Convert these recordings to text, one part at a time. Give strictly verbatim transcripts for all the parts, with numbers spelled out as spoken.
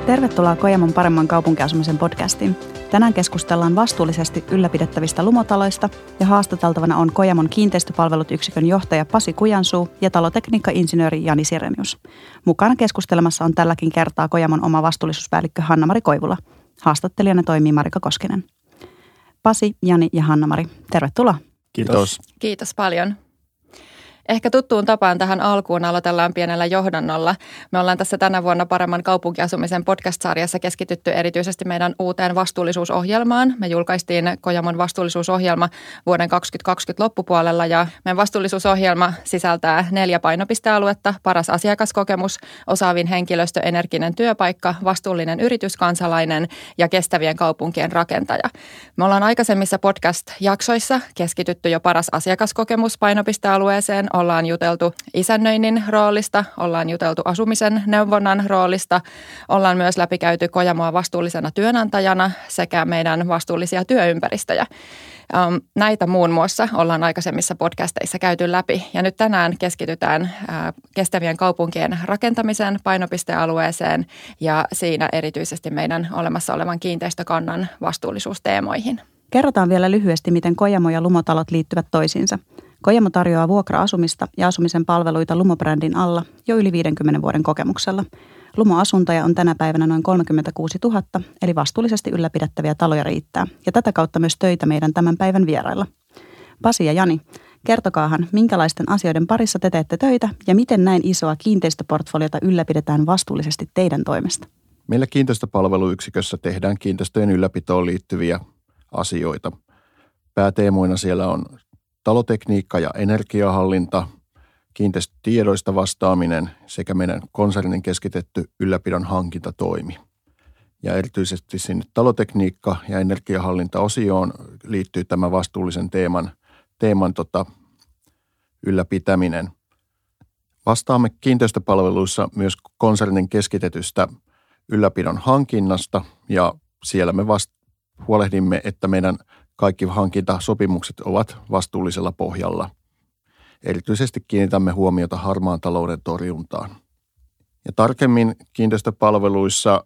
Tervetuloa Kojamon paremman kaupunkiasumisen podcastiin. Tänään keskustellaan vastuullisesti ylläpidettävistä lumotaloista ja haastateltavana on Kojamon kiinteistöpalvelut yksikön johtaja Pasi Kujansuu ja talotekniikka-insinööri Jani Sirenius. Mukana keskustelemassa on tälläkin kertaa Kojamon oma vastuullisuuspäällikkö Hanna-Mari Koivula. Haastattelijana toimii Marika Koskinen. Pasi, Jani ja Hanna-Mari, tervetuloa. Kiitos. Kiitos paljon. Ehkä tuttuun tapaan tähän alkuun aloitellaan pienellä johdannolla. Me ollaan tässä tänä vuonna paremman kaupunkiasumisen podcast-sarjassa keskitytty erityisesti meidän uuteen vastuullisuusohjelmaan. Me julkaistiin Kojamon vastuullisuusohjelma vuoden kaksituhattakaksikymmentä loppupuolella ja meidän vastuullisuusohjelma sisältää neljä painopistealuetta: paras asiakaskokemus, osaavin henkilöstö, energinen työpaikka, vastuullinen yrityskansalainen ja kestävien kaupunkien rakentaja. Me ollaan aikaisemmissa podcast-jaksoissa keskitytty jo paras asiakaskokemus painopistealueeseen. Ollaan juteltu isännöinnin roolista, ollaan juteltu asumisen neuvonnan roolista, ollaan myös läpikäyty Kojamoa vastuullisena työnantajana sekä meidän vastuullisia työympäristöjä. Näitä muun muassa ollaan aikaisemmissa podcasteissa käyty läpi ja nyt tänään keskitytään kestävien kaupunkien rakentamisen painopistealueeseen ja siinä erityisesti meidän olemassa olevan kiinteistökannan vastuullisuusteemoihin. Kerrotaan vielä lyhyesti, miten Kojamo ja lumotalot liittyvät toisiinsa. Kojamo tarjoaa vuokra-asumista ja asumisen palveluita Lumo-brändin alla jo yli viidenkymmenen vuoden kokemuksella. Lumo-asuntoja on tänä päivänä noin kolmekymmentäkuusituhatta, eli vastuullisesti ylläpidettäviä taloja riittää. Ja tätä kautta myös töitä meidän tämän päivän vierailla. Pasi ja Jani, kertokaahan, minkälaisten asioiden parissa te teette töitä ja miten näin isoa kiinteistöportfoliota ylläpidetään vastuullisesti teidän toimesta? Meillä kiinteistöpalveluyksikössä tehdään kiinteistöjen ylläpitoon liittyviä asioita. Pääteemoina siellä on talotekniikka ja energiahallinta, kiinteistötiedoista vastaaminen sekä meidän konsernin keskitetty ylläpidon hankintatoimi. Ja erityisesti sinne talotekniikka- ja energiahallintaosioon liittyy tämä vastuullisen teeman, teeman tota, ylläpitäminen. Vastaamme kiinteistöpalveluissa myös konsernin keskitetystä ylläpidon hankinnasta ja siellä me vast, huolehdimme, että meidän kaikki hankintasopimukset ovat vastuullisella pohjalla. Erityisesti kiinnitämme huomiota harmaan talouden torjuntaan. Ja tarkemmin kiinteistöpalveluissa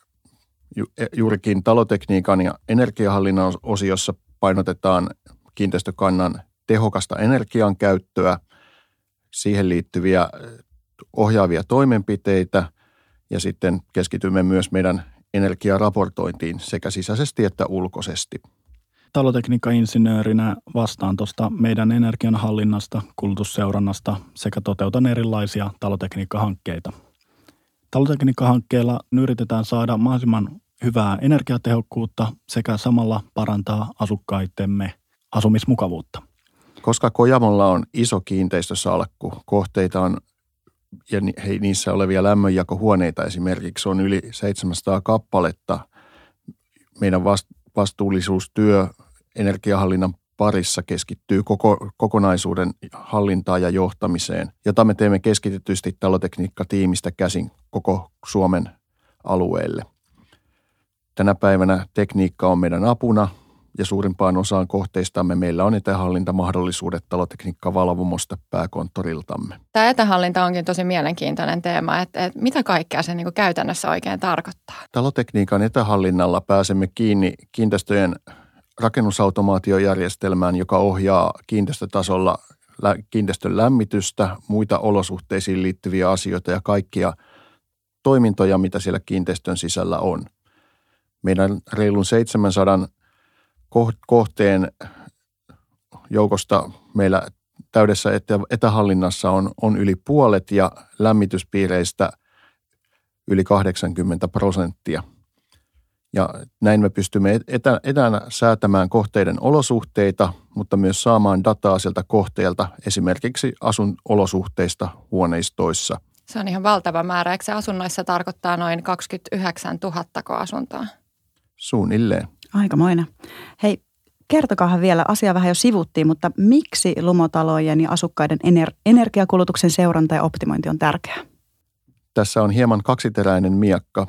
juurikin talotekniikan ja energiahallinnan osiossa painotetaan kiinteistökannan tehokasta energian käyttöä, siihen liittyviä ohjaavia toimenpiteitä ja sitten keskitymme myös meidän energiaraportointiin sekä sisäisesti että ulkoisesti. Talotekniikka-insinöörinä vastaan tuosta meidän energianhallinnasta, kulutusseurannasta sekä toteutan erilaisia talotekniikkahankkeita. Talotekniikkahankkeilla yritetään saada mahdollisimman hyvää energiatehokkuutta sekä samalla parantaa asukkaittemme asumismukavuutta. Koska Kojamolla on iso kiinteistösalkku, kohteita on ja niissä olevia lämmönjakohuoneita esimerkiksi on yli seitsemänsataa kappaletta, meidän vastuullisuustyö energiahallinnan parissa keskittyy koko, kokonaisuuden hallintaan ja johtamiseen, jota me teemme keskitetysti talotekniikkatiimistä käsin koko Suomen alueelle. Tänä päivänä tekniikka on meidän apuna ja suurimpaan osaan kohteistamme meillä on etähallintamahdollisuudet talotekniikkavalvomosta pääkonttoriltamme. Tämä etähallinta onkin tosi mielenkiintoinen teema, että, että mitä kaikkea se niin kuin käytännössä oikein tarkoittaa? Talotekniikan etähallinnalla pääsemme kiinni kiinteistöjen rakennusautomaatiojärjestelmään, joka ohjaa kiinteistötasolla kiinteistön lämmitystä, muita olosuhteisiin liittyviä asioita ja kaikkia toimintoja, mitä siellä kiinteistön sisällä on. Meidän reilun seitsemänsadan kohteen joukosta meillä täydessä etähallinnassa on, on yli puolet ja lämmityspiireistä yli kahdeksankymmentä prosenttia. Ja näin me pystymme etä, etänä säätämään kohteiden olosuhteita, mutta myös saamaan dataa sieltä kohteelta, esimerkiksi asunolosuhteista huoneistoissa. Se on ihan valtava määrä. Eikö se asunnoissa tarkoittaa noin kaksikymmentäyhdeksäntuhatta asuntoa? Suunnilleen. Aikamoinen. Hei, kertokaahan vielä, asia vähän jo sivuttiin, mutta miksi lumotalojen ja asukkaiden ener- energiakulutuksen seuranta ja optimointi on tärkeää? Tässä on hieman kaksiteräinen miekka.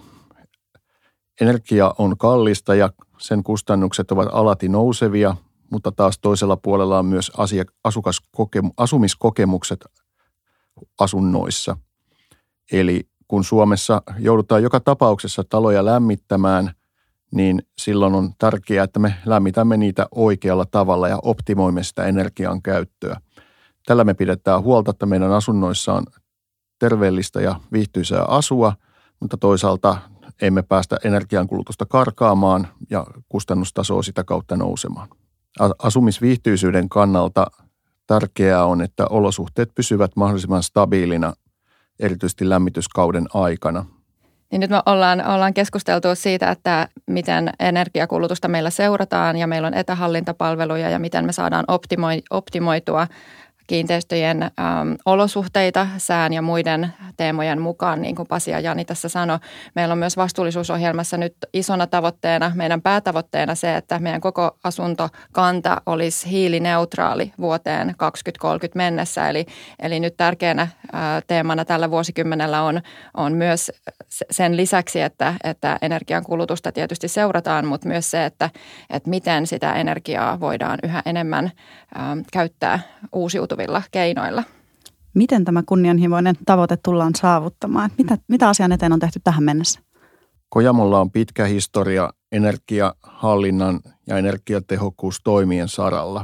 Energia on kallista ja sen kustannukset ovat alati nousevia, mutta taas toisella puolella on myös asia, asukaskokemu, asumiskokemukset asunnoissa. Eli kun Suomessa joudutaan joka tapauksessa taloja lämmittämään, niin silloin on tärkeää, että me lämmitämme niitä oikealla tavalla ja optimoimme sitä energian käyttöä. Tällä me pidetään huolta, että meidän asunnoissa on terveellistä ja viihtyisää asua, mutta toisaalta emme päästä energiankulutusta karkaamaan ja kustannustasoa sitä kautta nousemaan. Asumisviihtyisyyden kannalta tärkeää on, että olosuhteet pysyvät mahdollisimman stabiilina, erityisesti lämmityskauden aikana. Niin nyt me ollaan, ollaan keskusteltu siitä, että miten energiakulutusta meillä seurataan ja meillä on etähallintapalveluja ja miten me saadaan optimoi, optimoitua kiinteistöjen äm, olosuhteita sään ja muiden teemojen mukaan, niin kuin Pasi ja Jani tässä sanoi. Meillä on myös vastuullisuusohjelmassa nyt isona tavoitteena, meidän päätavoitteena se, että meidän koko asuntokanta olisi hiilineutraali vuoteen kaksituhattakolmekymmentä mennessä. Eli, eli nyt tärkeänä ää, teemana tällä vuosikymmenellä on, on myös sen lisäksi, että, että energian kulutusta tietysti seurataan, mutta myös se, että, että miten sitä energiaa voidaan yhä enemmän ää, käyttää uusiutuvilla keinoilla. Miten tämä kunnianhimoinen tavoite tullaan saavuttamaan? Mitä, mitä asian eteen on tehty tähän mennessä? Kojamolla on pitkä historia energiahallinnan ja energiatehokkuustoimien saralla.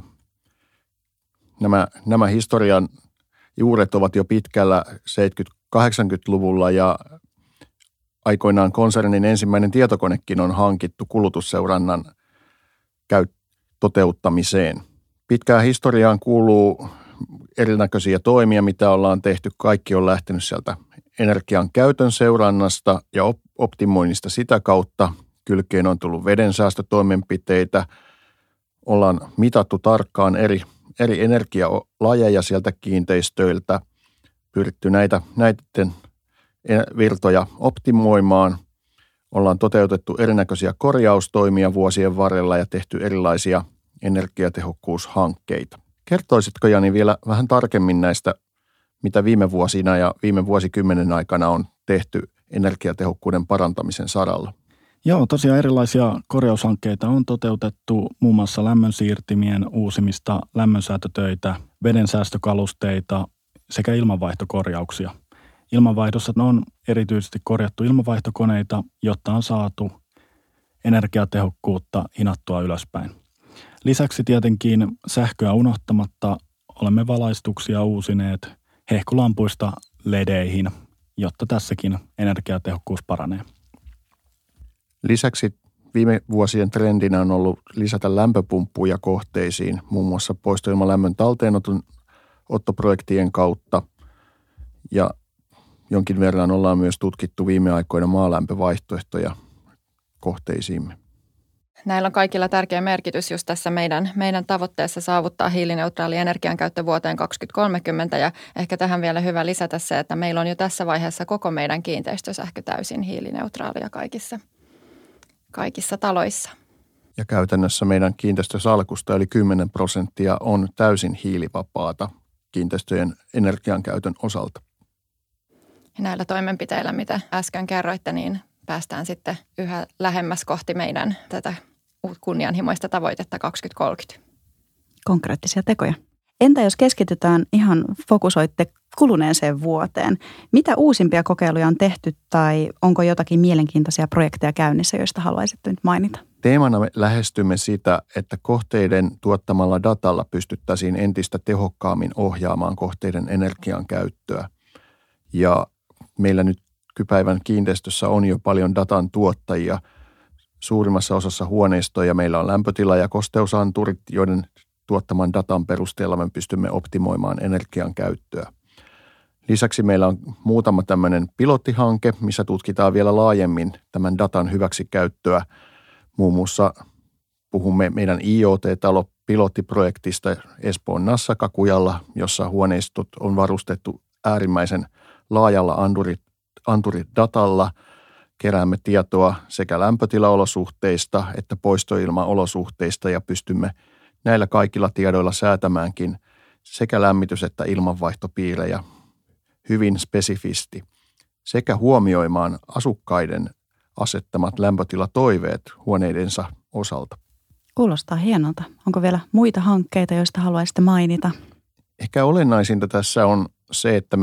Nämä, nämä historian juuret ovat jo pitkällä seitsemänkymmentä-kahdeksankymmentäluvulla ja aikoinaan konsernin ensimmäinen tietokonekin on hankittu kulutusseurannan käy- toteuttamiseen. Pitkään historiaan kuuluu erinäköisiä toimia, mitä ollaan tehty. Kaikki on lähtenyt sieltä energian käytön seurannasta ja optimoinnista sitä kautta. Kylkeen on tullut vedensäästötoimenpiteitä. Ollaan mitattu tarkkaan eri, eri energialajeja sieltä kiinteistöiltä. Pyritty näitä, näiden virtoja optimoimaan. Ollaan toteutettu erinäköisiä korjaustoimia vuosien varrella ja tehty erilaisia energiatehokkuushankkeita. Kertoisitko, Jani, vielä vähän tarkemmin näistä, mitä viime vuosina ja viime vuosikymmenen aikana on tehty energiatehokkuuden parantamisen saralla? Joo, tosiaan erilaisia korjaushankkeita on toteutettu, muun muassa lämmönsiirtimien uusimista, lämmönsäätötöitä, vedensäästökalusteita sekä ilmanvaihtokorjauksia. Ilmanvaihdossa on erityisesti korjattu ilmanvaihtokoneita, jotta on saatu energiatehokkuutta hinattua ylöspäin. Lisäksi tietenkin sähköä unohtamatta olemme valaistuksia uusineet hehkulampuista L E D:ihin, jotta tässäkin energiatehokkuus paranee. Lisäksi viime vuosien trendinä on ollut lisätä lämpöpumppuja kohteisiin, muun muassa poistoilmalämmön talteenottoprojektien kautta. Ja jonkin verran ollaan myös tutkittu viime aikoina maalämpövaihtoehtoja kohteisiimme. Näillä on kaikilla tärkeä merkitys just tässä meidän, meidän tavoitteessa saavuttaa hiilineutraali energiankäyttö vuoteen kaksituhattakolmekymmentä. Ja ehkä tähän vielä hyvä lisätä se, että meillä on jo tässä vaiheessa koko meidän kiinteistösähkö täysin hiilineutraalia kaikissa, kaikissa taloissa. Ja käytännössä meidän kiinteistösalkusta yli kymmenen prosenttia on täysin hiilivapaata kiinteistöjen energiankäytön osalta. Ja näillä toimenpiteillä, mitä äsken kerroitte, niin päästään sitten yhä lähemmäs kohti meidän tätä kunnianhimoista tavoitetta kaksituhattakolmekymmentä. Konkreettisia tekoja. Entä jos keskitytään ihan fokusoitte kuluneeseen vuoteen? Mitä uusimpia kokeiluja on tehty tai onko jotakin mielenkiintoisia projekteja käynnissä, joista haluaisitte nyt mainita? Teemana me lähestymme sitä, että kohteiden tuottamalla datalla pystyttäisiin entistä tehokkaammin ohjaamaan kohteiden energian käyttöä. Ja meillä nyt nykypäivän kiinteistössä on jo paljon datan tuottajia. Suurimmassa osassa huoneistoja meillä on lämpötila- ja kosteusanturit, joiden tuottaman datan perusteella me pystymme optimoimaan energian käyttöä. Lisäksi meillä on muutama tämmöinen pilottihanke, missä tutkitaan vielä laajemmin tämän datan hyväksikäyttöä. Muun muassa puhumme meidän I O T-talo-pilottiprojektista Espoon Nassakakujalla, jossa huoneistot on varustettu äärimmäisen laajalla anturit anturidatalla. Keräämme tietoa sekä lämpötilaolosuhteista että poistoilmaolosuhteista ja pystymme näillä kaikilla tiedoilla säätämäänkin sekä lämmitys- että ilmanvaihtopiirejä hyvin spesifisti sekä huomioimaan asukkaiden asettamat lämpötilatoiveet huoneidensa osalta. Kuulostaa hienolta. Onko vielä muita hankkeita, joista haluaisitte mainita? Ehkä olennaisinta tässä on se, että me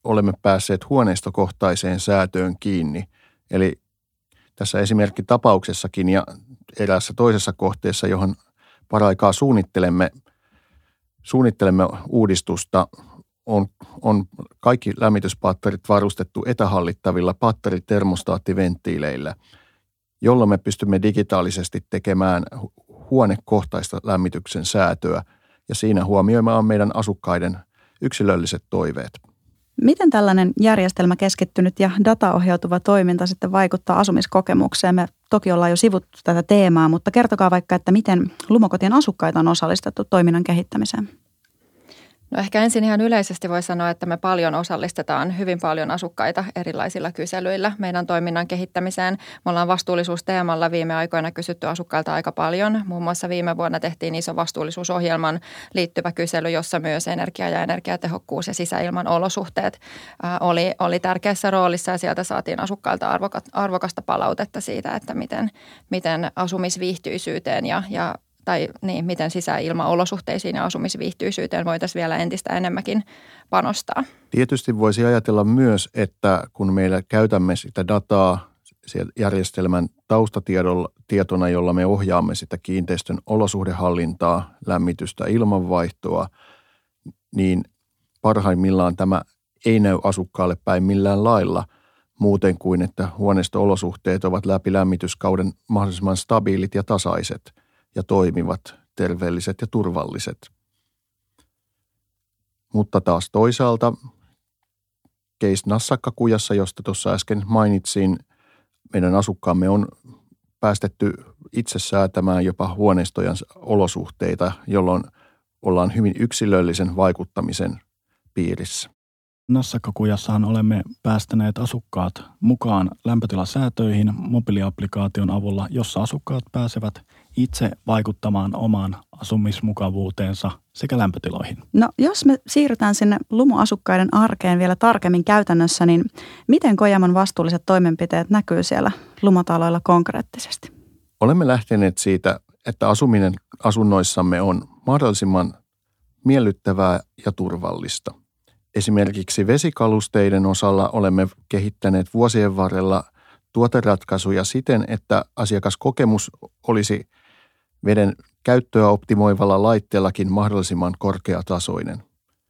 olemme päässeet huoneistokohtaiseen säätöön kiinni. Eli tässä esimerkkitapauksessakin ja eräässä toisessa kohteessa, johon paraikaa suunnittelemme, suunnittelemme uudistusta, on, on kaikki lämmityspatterit varustettu etähallittavilla patteritermostaattiventtiileillä, jolloin me pystymme digitaalisesti tekemään huonekohtaista lämmityksen säätöä ja siinä huomioimaan meidän asukkaiden yksilölliset toiveet. Miten tällainen järjestelmä keskittynyt ja dataohjautuva toiminta sitten vaikuttaa asumiskokemukseen? Me toki ollaan jo sivuttu tätä teemaa, mutta kertokaa vaikka, että miten Lumokotien asukkaita on osallistettu toiminnan kehittämiseen. No ehkä ensin ihan yleisesti voi sanoa, että me paljon osallistetaan hyvin paljon asukkaita erilaisilla kyselyillä meidän toiminnan kehittämiseen. Me ollaan vastuullisuusteemalla viime aikoina kysytty asukkailta aika paljon. Muun muassa viime vuonna tehtiin iso vastuullisuusohjelman liittyvä kysely, jossa myös energia ja energiatehokkuus ja sisäilman olosuhteet ää, oli, oli tärkeässä roolissa ja sieltä saatiin asukkailta arvokasta palautetta siitä, että miten, miten asumisviihtyisyyteen ja, ja tai niin, miten sisäilmaolosuhteisiin ja asumisviihtyisyyteen voitaisiin vielä entistä enemmänkin panostaa. Tietysti voisi ajatella myös, että kun meillä käytämme sitä dataa järjestelmän taustatietona, jolla me ohjaamme sitä kiinteistön olosuhdehallintaa, lämmitystä, ilmanvaihtoa, niin parhaimmillaan tämä ei näy asukkaalle päin millään lailla muuten kuin, että huoneisto-olosuhteet ovat läpi lämmityskauden mahdollisimman stabiilit ja tasaiset ja toimivat, terveelliset ja turvalliset. Mutta taas toisaalta case Nassakkakujassa, josta tuossa äsken mainitsin, meidän asukkaamme on päästetty itse säätämään jopa huoneistojen olosuhteita, jolloin ollaan hyvin yksilöllisen vaikuttamisen piirissä. Nassakkakujassahan olemme päästäneet asukkaat mukaan lämpötilasäätöihin mobiiliaplikaation avulla, jossa asukkaat pääsevät itse vaikuttamaan omaan asumismukavuuteensa sekä lämpötiloihin. No jos me siirrytään sinne Lumo-asukkaiden arkeen vielä tarkemmin käytännössä, niin miten Kojamon vastuulliset toimenpiteet näkyy siellä Lumotaloilla konkreettisesti? Olemme lähteneet siitä, että asuminen asunnoissamme on mahdollisimman miellyttävää ja turvallista. Esimerkiksi vesikalusteiden osalla olemme kehittäneet vuosien varrella tuoteratkaisuja siten, että asiakaskokemus olisi veden käyttöä optimoivalla laitteellakin mahdollisimman korkeatasoinen.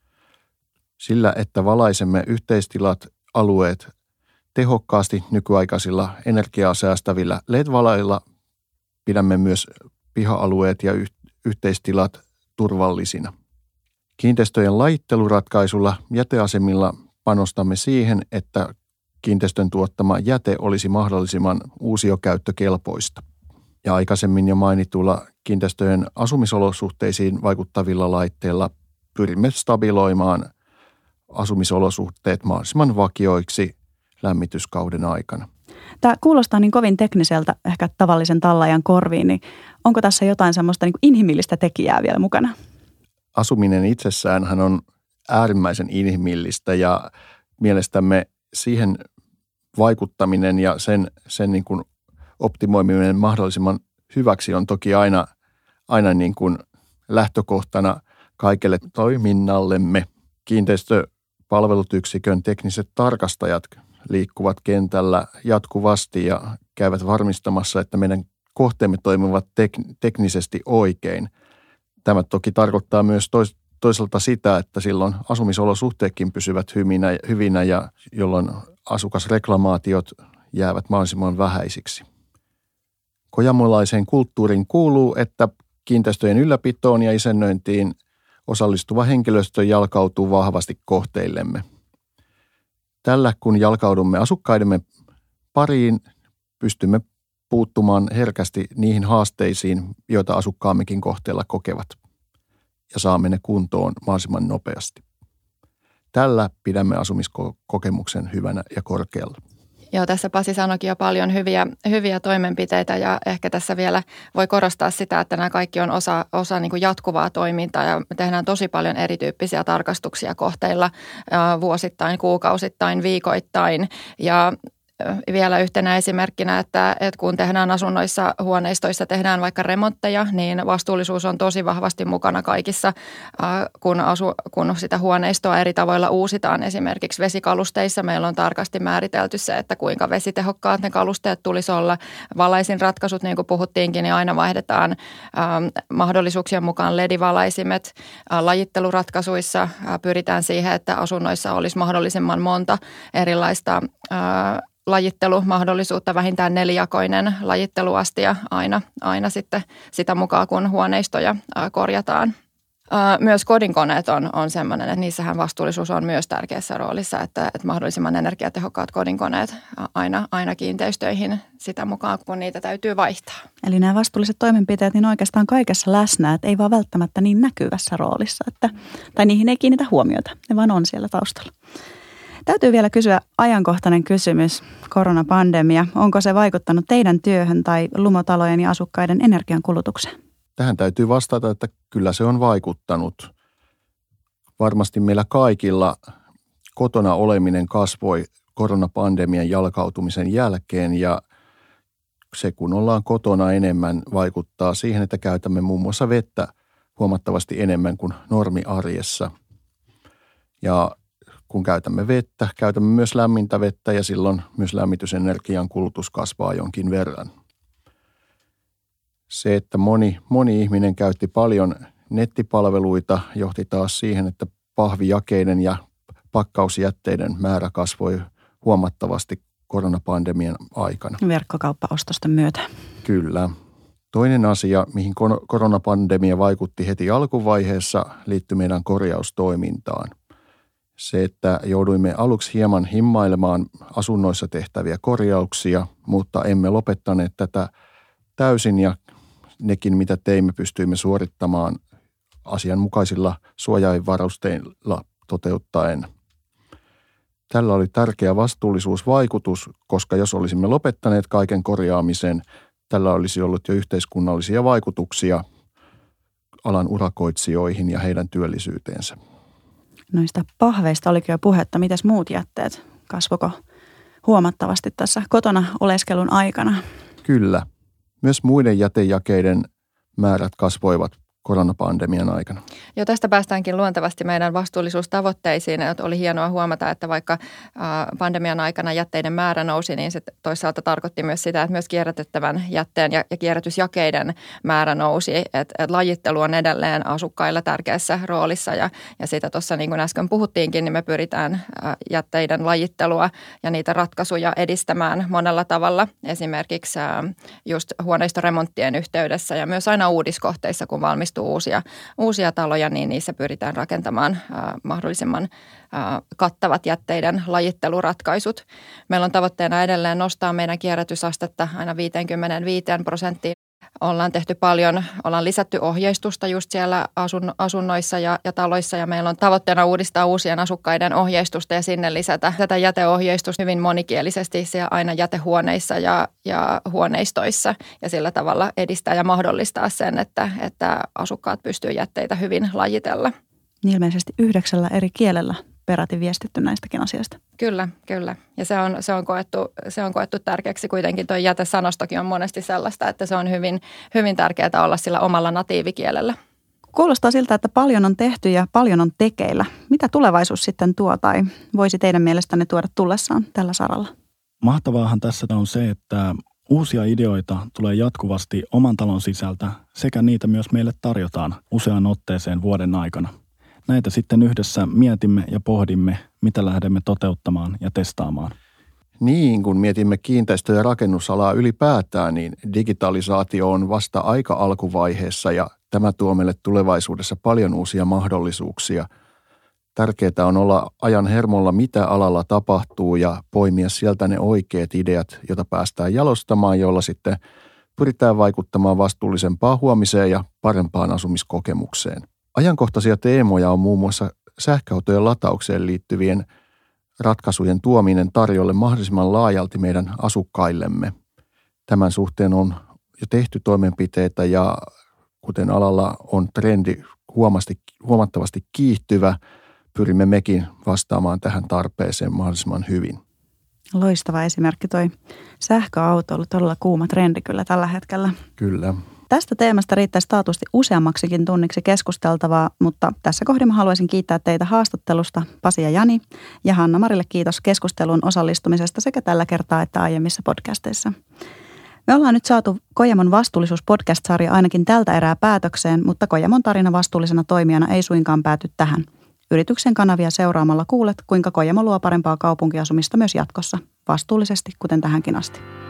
Sillä, että valaisemme yhteistilat, alueet tehokkaasti nykyaikaisilla energiaa säästävillä L E D-valailla, pidämme myös piha-alueet ja yhteistilat turvallisina. Kiinteistöjen lajitteluratkaisulla jäteasemilla panostamme siihen, että kiinteistön tuottama jäte olisi mahdollisimman uusiokäyttökelpoista. Ja aikaisemmin jo mainitulla kiinteistöjen asumisolosuhteisiin vaikuttavilla laitteilla pyrimme stabiloimaan asumisolosuhteet mahdollisimman vakioiksi lämmityskauden aikana. Tämä kuulostaa niin kovin tekniseltä ehkä tavallisen tallaajan korviin, niin onko tässä jotain semmoista niin kuin inhimillistä tekijää vielä mukana? Asuminen itsessäänhän on äärimmäisen inhimillistä ja mielestämme siihen vaikuttaminen ja sen, sen niin kuin optimoiminen mahdollisimman hyväksi on toki aina, aina niin kuin lähtökohtana kaikelle toiminnallemme. Kiinteistöpalvelutyksikön tekniset tarkastajat liikkuvat kentällä jatkuvasti ja käyvät varmistamassa, että meidän kohteemme toimivat tek- teknisesti oikein. Tämä toki tarkoittaa myös tois, toisaalta sitä, että silloin asumisolosuhteetkin pysyvät hyvinä, hyvinä ja jolloin asukasreklamaatiot jäävät mahdollisimman vähäisiksi. Kojamolaiseen kulttuuriin kuuluu, että kiinteistöjen ylläpitoon ja isännöintiin osallistuva henkilöstö jalkautuu vahvasti kohteillemme. Tällä kun jalkaudumme asukkaidemme pariin, pystymme puuttumaan herkästi niihin haasteisiin, joita asukkaammekin kohteella kokevat, ja saamme ne kuntoon mahdollisimman nopeasti. Tällä pidämme asumiskokemuksen hyvänä ja korkealla. Joo, tässä Pasi sanoikin jo paljon hyviä, hyviä toimenpiteitä ja ehkä tässä vielä voi korostaa sitä, että nämä kaikki on osa, osa niin kuin jatkuvaa toimintaa ja me tehdään tosi paljon erityyppisiä tarkastuksia kohteilla vuosittain, kuukausittain, viikoittain ja vielä yhtenä esimerkkinä, että, että kun tehdään asunnoissa, huoneistoissa tehdään vaikka remontteja, niin vastuullisuus on tosi vahvasti mukana kaikissa, kun, asu, kun sitä huoneistoa eri tavoilla uusitaan. Esimerkiksi vesikalusteissa meillä on tarkasti määritelty se, että kuinka vesitehokkaat ne kalusteet tulisi olla. Valaisin ratkaisut, niin kuin puhuttiinkin, niin aina vaihdetaan mahdollisuuksien mukaan L E D-valaisimet. Lajitteluratkaisuissa pyritään siihen, että asunnoissa olisi mahdollisimman monta erilaista ää, lajittelumahdollisuutta, vähintään nelijakoinen lajitteluastia aina, aina sitten sitä mukaan, kun huoneistoja ää, korjataan. Ää, myös kodinkoneet on, on sellainen, että niissähän vastuullisuus on myös tärkeässä roolissa, että, että mahdollisimman energiatehokkaat kodinkoneet aina, aina kiinteistöihin sitä mukaan, kun niitä täytyy vaihtaa. Eli nämä vastuulliset toimenpiteet niin oikeastaan kaikessa läsnä, että ei vaan välttämättä niin näkyvässä roolissa, että, tai niihin ei kiinnitä huomiota, ne vaan on siellä taustalla. Täytyy vielä kysyä ajankohtainen kysymys, koronapandemia. Onko se vaikuttanut teidän työhön tai lumotalojen ja asukkaiden energiankulutukseen? Tähän täytyy vastata, että kyllä se on vaikuttanut. Varmasti meillä kaikilla kotona oleminen kasvoi koronapandemian jalkautumisen jälkeen ja se kun ollaan kotona enemmän vaikuttaa siihen, että käytämme muun muassa vettä huomattavasti enemmän kuin normiarjessa. Ja kun käytämme vettä, käytämme myös lämmintä vettä ja silloin myös lämmitysenergian kulutus kasvaa jonkin verran. Se, että moni, moni ihminen käytti paljon nettipalveluita, johti taas siihen, että pahvijakeiden ja pakkausjätteiden määrä kasvoi huomattavasti koronapandemian aikana. Verkkokauppaostosten myötä. Kyllä. Toinen asia, mihin koronapandemia vaikutti heti alkuvaiheessa, liittyi meidän korjaustoimintaan. Se, että jouduimme aluksi hieman himmailemaan asunnoissa tehtäviä korjauksia, mutta emme lopettaneet tätä täysin ja nekin, mitä teimme, pystyimme suorittamaan asianmukaisilla suojainvarusteilla toteuttaen. Tällä oli tärkeä vastuullisuusvaikutus, koska jos olisimme lopettaneet kaiken korjaamisen, tällä olisi ollut jo yhteiskunnallisia vaikutuksia alan urakoitsijoihin ja heidän työllisyyteensä. Noista pahveista olikin jo puhetta. Mitäs muut jätteet? Kasvoiko huomattavasti tässä kotona oleskelun aikana? Kyllä. Myös muiden jätejakeiden määrät kasvoivat koronapandemian aikana. Jo tästä päästäänkin luontevasti meidän vastuullisuustavoitteisiin. Että oli hienoa huomata, että vaikka pandemian aikana jätteiden määrä nousi, niin se toisaalta tarkoitti myös sitä, että myös kierrätettävän jätteen ja kierrätysjakeiden määrä nousi. Että et lajittelu on edelleen asukkailla tärkeässä roolissa ja, ja siitä tuossa niin kuin äsken puhuttiinkin, niin me pyritään jätteiden lajittelua ja niitä ratkaisuja edistämään monella tavalla. Esimerkiksi just huoneistoremonttien yhteydessä ja myös aina uudiskohteissa, kun valmistuu Uusia, uusia taloja, niin niissä pyritään rakentamaan äh, mahdollisimman äh, kattavat jätteiden lajitteluratkaisut. Meillä on tavoitteena edelleen nostaa meidän kierrätysastetta aina viisikymmentäviisi prosenttiin. Ollaan tehty paljon, ollaan lisätty ohjeistusta just siellä asun, asunnoissa ja, ja taloissa ja meillä on tavoitteena uudistaa uusien asukkaiden ohjeistusta ja sinne lisätä tätä jäteohjeistusta hyvin monikielisesti siellä aina jätehuoneissa ja, ja huoneistoissa ja sillä tavalla edistää ja mahdollistaa sen, että, että asukkaat pystyy jätteitä hyvin lajitella. Ilmeisesti yhdeksällä eri kielellä peräti viestitty näistäkin asioista. Kyllä, kyllä. Ja se on, se on, koettu, se on koettu tärkeäksi kuitenkin. Tuo jätesanostokin on monesti sellaista, että se on hyvin, hyvin tärkeää olla sillä omalla natiivikielellä. Kuulostaa siltä, että paljon on tehty ja paljon on tekeillä. Mitä tulevaisuus sitten tuo tai voisi teidän mielestänne tuoda tullessaan tällä saralla? Mahtavaahan tässä on se, että uusia ideoita tulee jatkuvasti oman talon sisältä sekä niitä myös meille tarjotaan useaan otteeseen vuoden aikana. Näitä sitten yhdessä mietimme ja pohdimme, mitä lähdemme toteuttamaan ja testaamaan. Niin, kun mietimme kiinteistö- ja rakennusalaa ylipäätään, niin digitalisaatio on vasta aika alkuvaiheessa ja tämä tuo meille tulevaisuudessa paljon uusia mahdollisuuksia. Tärkeää on olla ajan hermolla, mitä alalla tapahtuu ja poimia sieltä ne oikeat ideat, joita päästään jalostamaan, joilla sitten pyritään vaikuttamaan vastuullisempaan huomiseen ja parempaan asumiskokemukseen. Ajankohtaisia teemoja on muun muassa sähköautojen lataukseen liittyvien ratkaisujen tuominen tarjolle mahdollisimman laajalti meidän asukkaillemme. Tämän suhteen on jo tehty toimenpiteitä ja kuten alalla on trendi huomattavasti kiihtyvä, pyrimme mekin vastaamaan tähän tarpeeseen mahdollisimman hyvin. Loistava esimerkki toi sähköautoilu, todella kuuma trendi kyllä tällä hetkellä. Kyllä. Tästä teemasta riittäisi taatusti useammaksikin tunniksi keskusteltavaa, mutta tässä kohdin mä haluaisin kiittää teitä haastattelusta, Pasi ja Jani, ja Hanna-Marille kiitos keskusteluun osallistumisesta sekä tällä kertaa että aiemmissa podcasteissa. Me ollaan nyt saatu Kojamon vastuullisuus-podcast-sarja ainakin tältä erää päätökseen, mutta Kojamon tarina vastuullisena toimijana ei suinkaan pääty tähän. Yrityksen kanavia seuraamalla kuulet, kuinka Kojamo luo parempaa kaupunkiasumista myös jatkossa, vastuullisesti kuten tähänkin asti.